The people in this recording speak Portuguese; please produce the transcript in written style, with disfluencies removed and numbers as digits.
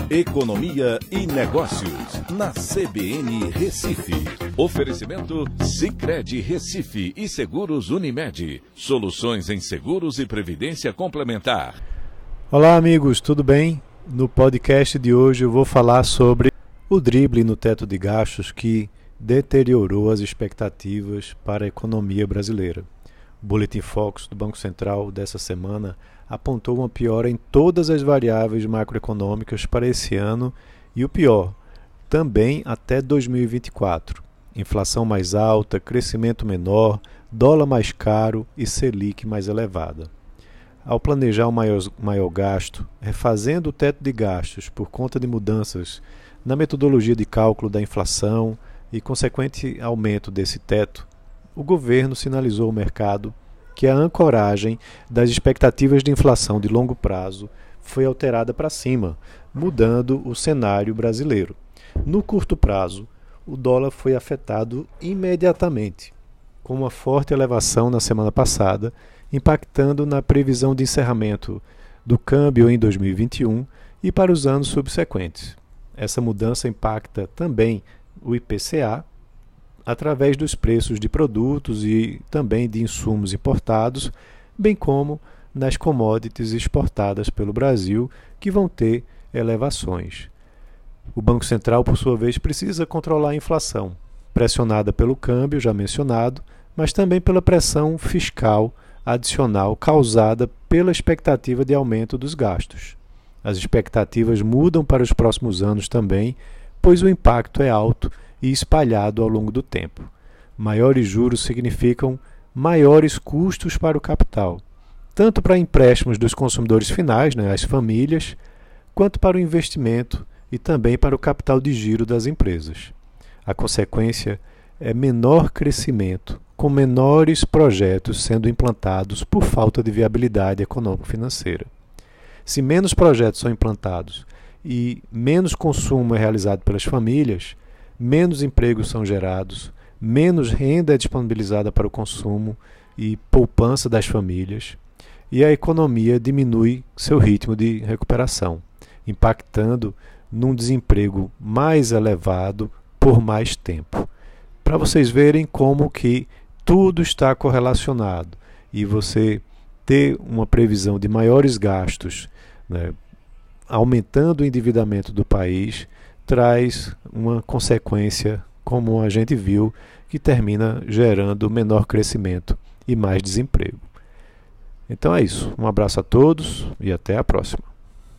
Economia e Negócios, na CBN Recife. Oferecimento Sicredi Recife e Seguros Unimed. Soluções em seguros e previdência complementar. Olá amigos, tudo bem? No podcast de hoje eu vou falar sobre o drible no teto de gastos que deteriorou as expectativas para a economia brasileira. O Boletim Focus do Banco Central dessa semana apontou uma piora em todas as variáveis macroeconômicas para esse ano e o pior, também até 2024. Inflação mais alta, crescimento menor, dólar mais caro e Selic mais elevada. Ao planejar um maior gasto, refazendo o teto de gastos por conta de mudanças na metodologia de cálculo da inflação e consequente aumento desse teto, o governo sinalizou ao mercado que a ancoragem das expectativas de inflação de longo prazo foi alterada para cima, mudando o cenário brasileiro. No curto prazo, o dólar foi afetado imediatamente, com uma forte elevação na semana passada, impactando na previsão de encerramento do câmbio em 2021 e para os anos subsequentes. Essa mudança impacta também o IPCA, através dos preços de produtos e também de insumos importados, bem como nas commodities exportadas pelo Brasil, que vão ter elevações. O Banco Central, por sua vez, precisa controlar a inflação, pressionada pelo câmbio, já mencionado, mas também pela pressão fiscal adicional causada pela expectativa de aumento dos gastos. As expectativas mudam para os próximos anos também, pois o impacto é alto e espalhado ao longo do tempo. Maiores juros significam maiores custos para o capital, tanto para empréstimos dos consumidores finais, as famílias, quanto para o investimento e também para o capital de giro das empresas. A consequência é menor crescimento, com menores projetos sendo implantados por falta de viabilidade econômico-financeira. Se menos projetos são implantados e menos consumo é realizado pelas famílias, menos empregos são gerados, menos renda é disponibilizada para o consumo e poupança das famílias, e a economia diminui seu ritmo de recuperação, impactando num desemprego mais elevado por mais tempo. Para vocês verem como que tudo está correlacionado e você ter uma previsão de maiores gastos, aumentando o endividamento do país, traz uma consequência, como a gente viu, que termina gerando menor crescimento e mais desemprego. Então é isso. Um abraço a todos e até a próxima.